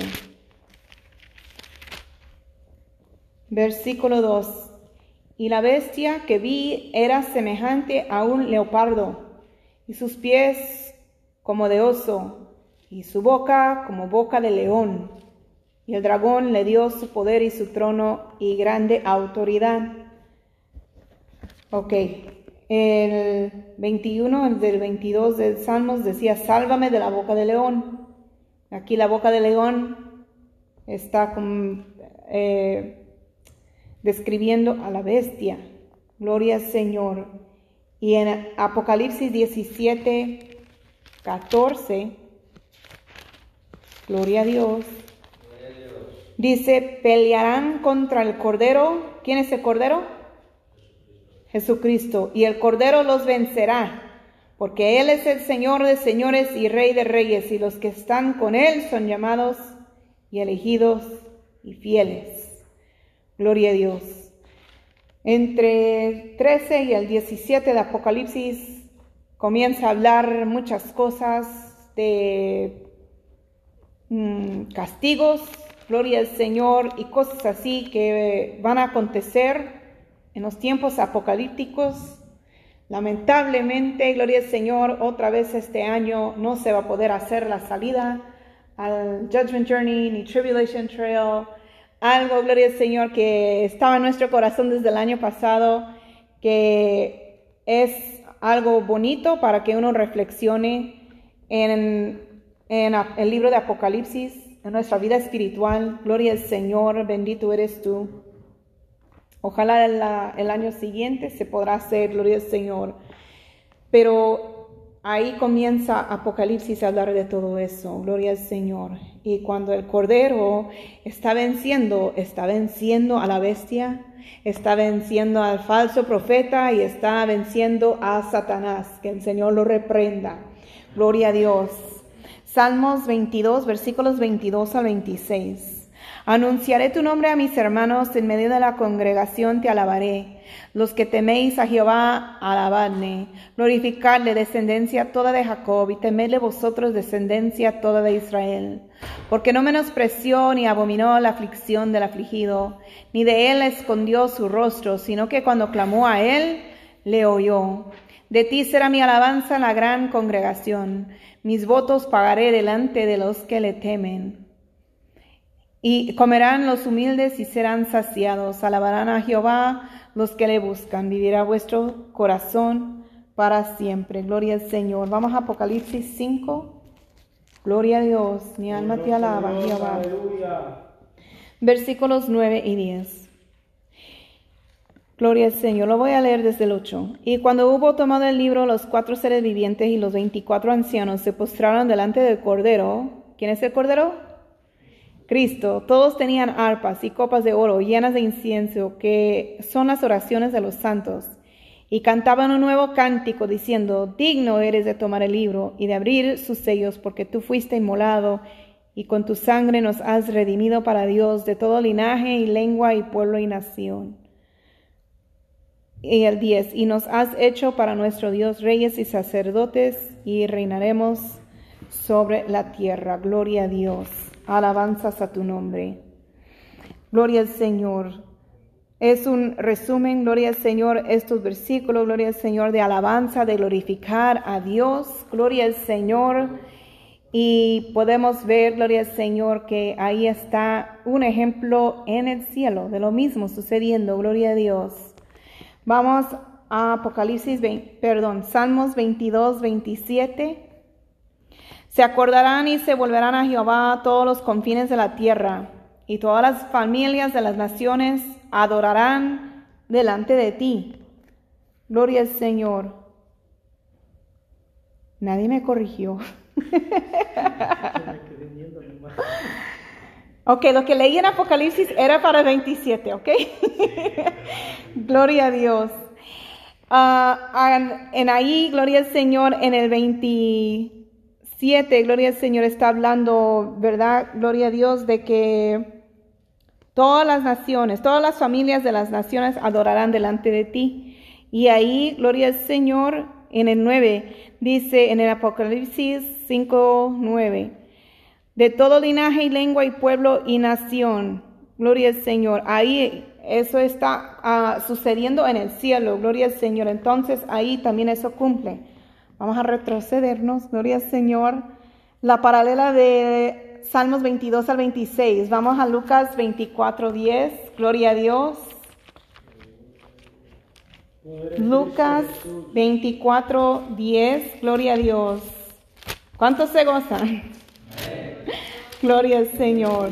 Versículo 2. Y la bestia que vi era semejante a un leopardo, y sus pies como de oso, y su boca como boca de león. Y el dragón le dio su poder y su trono y grande autoridad. Ok, el 21, el del 22 del Salmos decía, sálvame de la boca del león. Aquí la boca del león está describiendo a la bestia. Gloria al Señor. Y en Apocalipsis 17, 14, gloria a Dios, dice, pelearán contra el Cordero. ¿Quién es el Cordero? Jesucristo. Y el Cordero los vencerá, porque Él es el Señor de señores y Rey de reyes, y los que están con Él son llamados y elegidos y fieles. Gloria a Dios. Entre el 13 y el 17 de Apocalipsis comienza a hablar muchas cosas de castigos, gloria al Señor, y cosas así que van a acontecer en los tiempos apocalípticos. Lamentablemente, gloria al Señor, otra vez este año no se va a poder hacer la salida al Judgment Journey ni Tribulation Trail. Algo, gloria al Señor, que estaba en nuestro corazón desde el año pasado, que es algo bonito para que uno reflexione en el libro de Apocalipsis, en nuestra vida espiritual. Gloria al Señor, bendito eres tú. Ojalá el año siguiente se podrá hacer, gloria al Señor. Pero ahí comienza Apocalipsis a hablar de todo eso, gloria al Señor. Y cuando el Cordero está venciendo a la bestia, está venciendo al falso profeta y está venciendo a Satanás. Que el Señor lo reprenda. Gloria a Dios. Salmos 22, versículos 22 al 26. Anunciaré tu nombre a mis hermanos, en medio de la congregación te alabaré. Los que teméis a Jehová, alabadle. Glorificadle, descendencia toda de Jacob, y temedle vosotros, descendencia toda de Israel. Porque no menospreció ni abominó la aflicción del afligido, ni de él escondió su rostro, sino que cuando clamó a él, le oyó. De ti será mi alabanza en la gran congregación. Mis votos pagaré delante de los que le temen. Y comerán los humildes y serán saciados. Alabarán a Jehová los que le buscan. Vivirá vuestro corazón para siempre. Gloria al Señor. Vamos a Apocalipsis 5. Gloria a Dios. Mi alma te alaba, Jehová. Versículos 9 y 10. Gloria al Señor. Lo voy a leer desde el 8. Y cuando hubo tomado el libro, los 4 seres vivientes y los 24 ancianos se postraron delante del Cordero. ¿Quién es el Cordero? Cristo. Todos tenían arpas y copas de oro llenas de incienso, que son las oraciones de los santos. Y cantaban un nuevo cántico diciendo: digno eres de tomar el libro y de abrir sus sellos, porque tú fuiste inmolado y con tu sangre nos has redimido para Dios de todo linaje y lengua y pueblo y nación. Y el 10, y nos has hecho para nuestro Dios reyes y sacerdotes, y reinaremos sobre la tierra. Gloria a Dios. Alabanzas a tu nombre. Gloria al Señor. Es un resumen, gloria al Señor, estos versículos, gloria al Señor, de alabanza, de glorificar a Dios, gloria al Señor. Y podemos ver, gloria al Señor, que ahí está un ejemplo en el cielo de lo mismo sucediendo, gloria a Dios. Vamos a Salmos 22, 27. Se acordarán y se volverán a Jehová todos los confines de la tierra, y todas las familias de las naciones adorarán delante de ti. Gloria al Señor. Nadie me corrigió. Ok, lo que leí en Apocalipsis era para 27, ok. Gloria a Dios. En ahí, gloria al Señor, en el 27, gloria al Señor, está hablando, ¿verdad? Gloria a Dios, de que todas las naciones, todas las familias de las naciones adorarán delante de ti. Y ahí, gloria al Señor, en el 9, dice en el Apocalipsis 5, 9, de todo linaje y lengua y pueblo y nación, gloria al Señor. Ahí eso está sucediendo en el cielo, gloria al Señor. Entonces ahí también eso cumple. Vamos a retrocedernos, gloria al Señor. La paralela de Salmos 22 al 26. Vamos a Lucas 24, 10. Gloria a Dios. Lucas 24, 10. Gloria a Dios. ¿Cuántos se gozan? Gloria al Señor.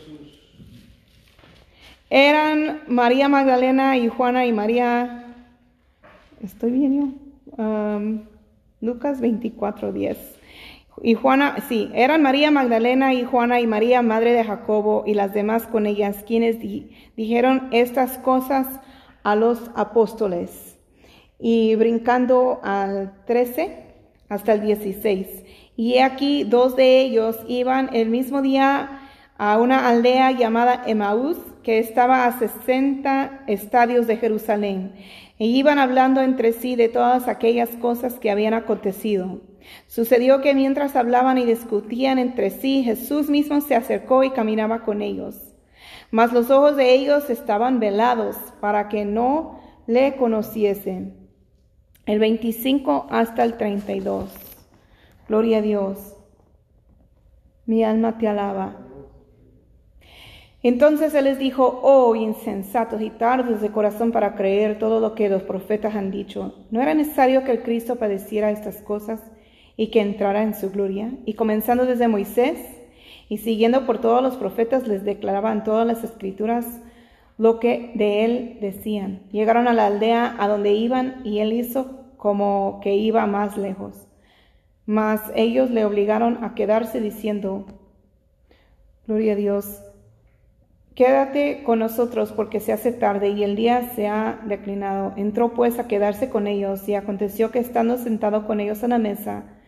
Eran María Magdalena y Juana y María. ¿Estoy bien yo? Lucas 24, 10. Y Juana, sí, eran María Magdalena y Juana y María, madre de Jacobo, y las demás con ellas, quienes dijeron estas cosas a los apóstoles. Y brincando al 13 hasta el 16. Y he aquí, 2 de ellos iban el mismo día a una aldea llamada Emaús, que estaba a 60 estadios de Jerusalén. E iban hablando entre sí de todas aquellas cosas que habían acontecido. Sucedió que mientras hablaban y discutían entre sí, Jesús mismo se acercó y caminaba con ellos. Mas los ojos de ellos estaban velados para que no le conociesen. El 25 hasta el 32. Gloria a Dios. Mi alma te alaba. Entonces él les dijo: oh, insensatos y tardos de corazón para creer todo lo que los profetas han dicho. ¿No era necesario que el Cristo padeciera estas cosas y que entrara en su gloria? Y comenzando desde Moisés y siguiendo por todos los profetas, les declaraban todas las escrituras lo que de él decían. Llegaron a la aldea a donde iban, y él hizo como que iba más lejos. Mas ellos le obligaron a quedarse, diciendo: gloria a Dios, quédate con nosotros, porque se hace tarde y el día se ha declinado. Entró pues a quedarse con ellos, y aconteció que estando sentado con ellos a la mesa,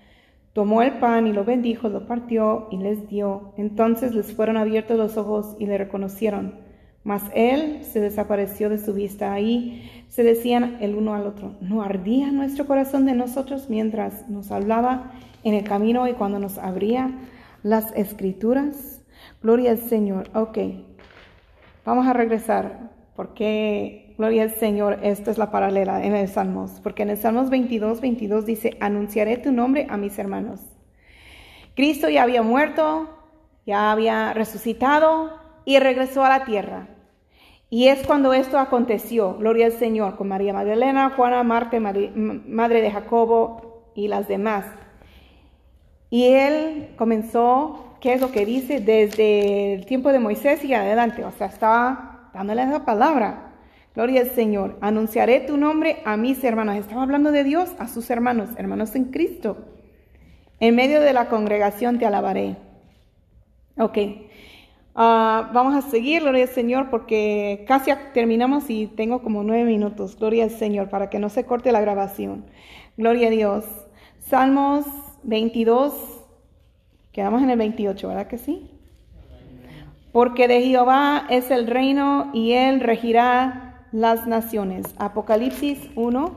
Tomó el pan y lo bendijo, lo partió y les dio. Entonces les fueron abiertos los ojos y le reconocieron. Mas él se desapareció de su vista. Ahí se decían el uno al otro: ¿no ardía nuestro corazón de nosotros mientras nos hablaba en el camino y cuando nos abría las escrituras? Gloria al Señor. Ok, vamos a regresar. Porque, gloria al Señor, esta es la paralela en el Salmos. Porque en el Salmos 22 dice: anunciaré tu nombre a mis hermanos. Cristo ya había muerto, ya había resucitado y regresó a la tierra. Y es cuando esto aconteció, gloria al Señor, con María Magdalena, Juana, Marta, madre de Jacobo y las demás. Y él comenzó, ¿qué es lo que dice? Desde el tiempo de Moisés y adelante, o sea, estaba dándole esa palabra. Gloria al Señor. Anunciaré tu nombre a mis hermanos. Estaba hablando de Dios a sus hermanos, hermanos en Cristo. En medio de la congregación te alabaré. Ok. Vamos a seguir, gloria al Señor, porque casi terminamos y tengo como 9 minutos. Gloria al Señor, para que no se corte la grabación. Gloria a Dios. Salmos 22. Quedamos en el 28, ¿verdad que sí? Porque de Jehová es el reino y él regirá las naciones. Apocalipsis 1.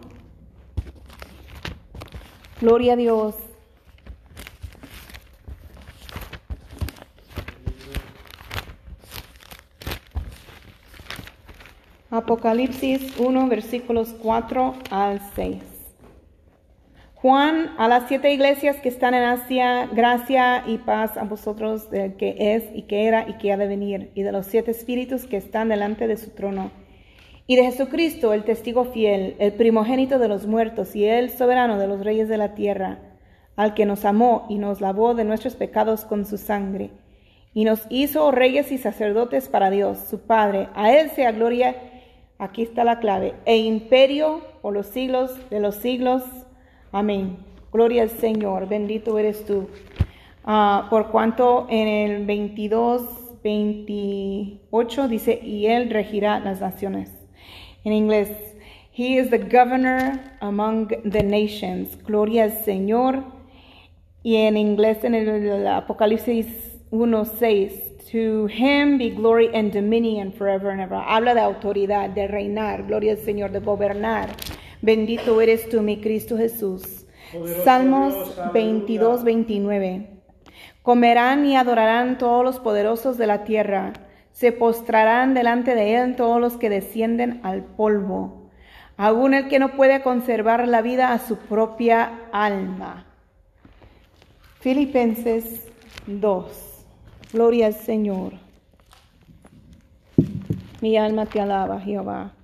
Gloria a Dios. Apocalipsis 1, versículos 4 al 6. Juan, a las 7 iglesias que están en Asia, gracia y paz a vosotros del que es y que era y que ha de venir, y de los 7 espíritus que están delante de su trono, y de Jesucristo, el testigo fiel, el primogénito de los muertos y el soberano de los reyes de la tierra, al que nos amó y nos lavó de nuestros pecados con su sangre, y nos hizo reyes y sacerdotes para Dios, su Padre. A él sea gloria, aquí está la clave, e imperio por los siglos de los siglos. Amén. Gloria al Señor. Bendito eres tú. Por cuanto en el 22:28 dice: y él regirá las naciones. En inglés: he is the governor among the nations. Gloria al Señor. Y en inglés, en el Apocalipsis 1:6: to him be glory and dominion forever and ever. Habla de autoridad, de reinar. Gloria al Señor, de gobernar. Bendito eres tú, mi Cristo Jesús. Poderoso Salmos 22:29. Comerán y adorarán todos los poderosos de la tierra. Se postrarán delante de él todos los que descienden al polvo. Aún el que no puede conservar la vida a su propia alma. Filipenses 2. Gloria al Señor. Mi alma te alaba, Jehová.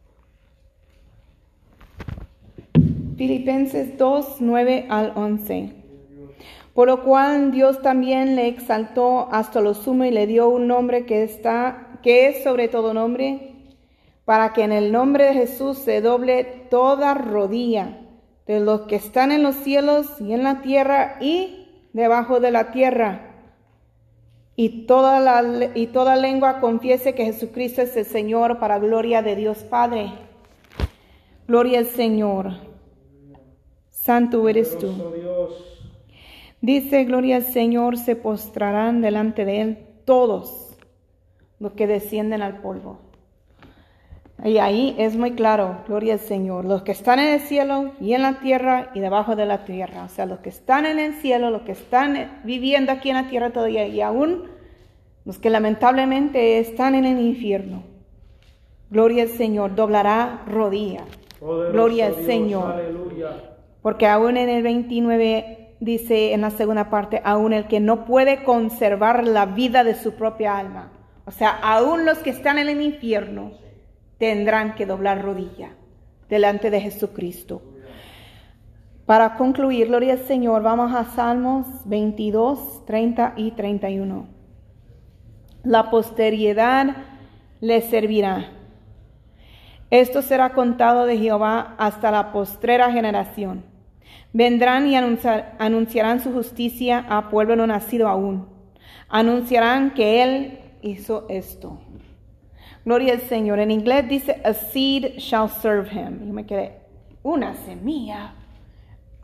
Filipenses 2, 9 al 11. Por lo cual Dios también le exaltó hasta lo sumo y le dio un nombre que es sobre todo nombre, para que en el nombre de Jesús se doble toda rodilla de los que están en los cielos y en la tierra y debajo de la tierra, y toda lengua confiese que Jesucristo es el Señor, para gloria de Dios Padre. Gloria al Señor. Santo eres tú. Dice, gloria al Señor, se postrarán delante de él todos los que descienden al polvo. Y ahí es muy claro, gloria al Señor, los que están en el cielo y en la tierra y debajo de la tierra. O sea, los que están en el cielo, los que están viviendo aquí en la tierra todavía, y aún los que lamentablemente están en el infierno. Gloria al Señor, doblará rodilla. Poderoso gloria al Dios, Señor. Aleluya. Porque aún en el 29 dice en la segunda parte: aún el que no puede conservar la vida de su propia alma. O sea, aún los que están en el infierno tendrán que doblar rodilla delante de Jesucristo. Para concluir, gloria al Señor, vamos a Salmos 22, 30 y 31. La posteridad le servirá. Esto será contado de Jehová hasta la postrera generación. Vendrán y anunciarán su justicia a pueblo no nacido aún. Anunciarán que él hizo esto. Gloria al Señor. En inglés dice: a seed shall serve him. Yo me quedé, una semilla.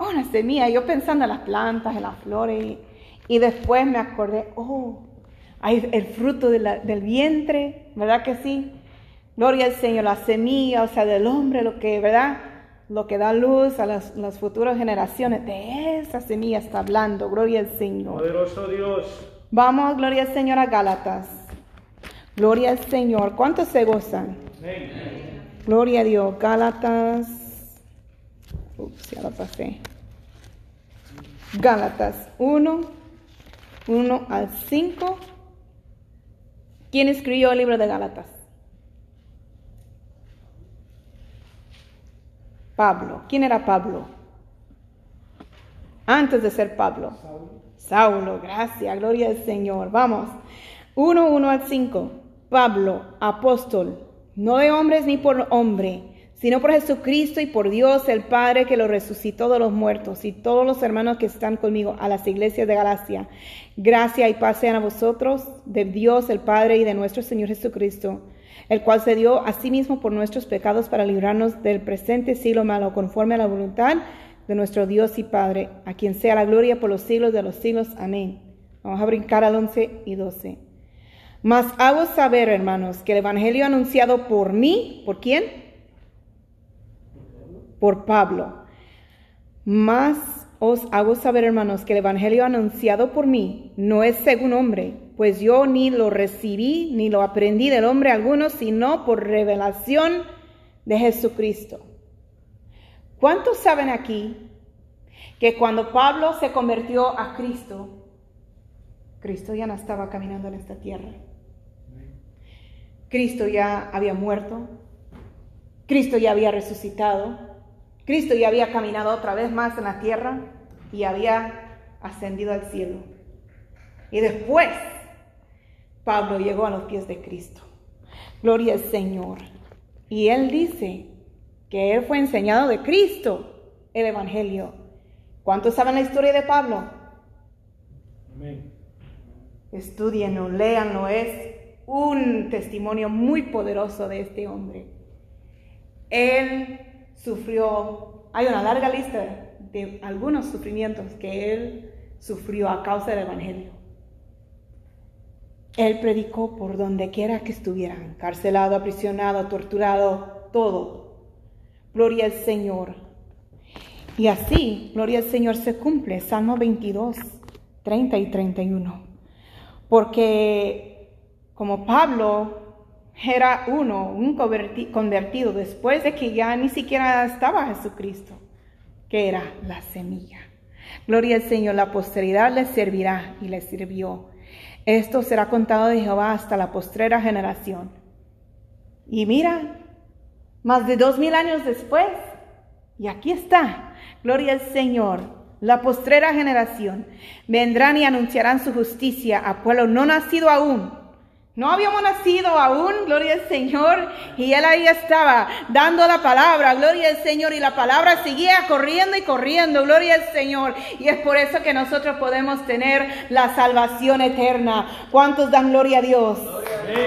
una semilla. Yo pensando en las plantas, en las flores. Y después me acordé, hay el fruto del vientre, ¿verdad que sí? Gloria al Señor, la semilla, o sea, del hombre, lo que, ¿verdad? Lo que da luz a las futuras generaciones. De esa semilla está hablando, gloria al Señor. Poderoso Dios. Vamos, gloria al Señor, a Gálatas. Gloria al Señor. ¿Cuántos se gozan? Amén. Gloria a Dios. Gálatas. Ya lo pasé. Gálatas 1 al 5. ¿Quién escribió el libro de Gálatas? Pablo. ¿Quién era Pablo? Antes de ser Pablo. Saulo, gracias, gloria al Señor. Vamos. 1 al 5. Pablo, apóstol, no de hombres ni por hombre, sino por Jesucristo y por Dios el Padre que lo resucitó de los muertos, y todos los hermanos que están conmigo a las iglesias de Galacia. Gracia y paz sean a vosotros, de Dios el Padre y de nuestro Señor Jesucristo, el cual se dio a sí mismo por nuestros pecados para librarnos del presente siglo malo, conforme a la voluntad de nuestro Dios y Padre, a quien sea la gloria por los siglos de los siglos. Amén. Vamos a brincar al 11 y 12. Mas hago saber, hermanos, que el evangelio anunciado por mí, ¿por quién? Por Pablo. Mas os hago saber, hermanos, que el evangelio anunciado por mí no es según hombre, pues yo ni lo recibí ni lo aprendí del hombre alguno, sino por revelación de Jesucristo. ¿Cuántos saben aquí que cuando Pablo se convirtió a Cristo, Cristo ya no estaba caminando en esta tierra? Cristo ya había muerto, Cristo ya había resucitado, Cristo ya había caminado otra vez más en la tierra y había ascendido al cielo. Y después Pablo llegó a los pies de Cristo. Gloria al Señor. Y él dice que él fue enseñado de Cristo el evangelio. ¿Cuántos saben la historia de Pablo? Amén. Estudienlo, léanlo, es un testimonio muy poderoso de este hombre. Él sufrió, hay una larga lista de algunos sufrimientos que él sufrió a causa del evangelio. Él predicó por donde quiera que estuviera, encarcelado, aprisionado, torturado, todo. Gloria al Señor. Y así, gloria al Señor, se cumple Salmo 22, 30 y 31. Porque como Pablo era un convertido después de que ya ni siquiera estaba Jesucristo, que era la semilla. Gloria al Señor, la posteridad le servirá y le sirvió. Esto será contado de Jehová hasta la postrera generación. Y mira, más de 2000 años después, y aquí está, gloria al Señor, la postrera generación. Vendrán y anunciarán su justicia a pueblo no nacido aún. No habíamos nacido aún, gloria al Señor, y él ahí estaba dando la palabra, gloria al Señor, y la palabra seguía corriendo y corriendo, gloria al Señor, y es por eso que nosotros podemos tener la salvación eterna. ¿Cuántos dan gloria a Dios?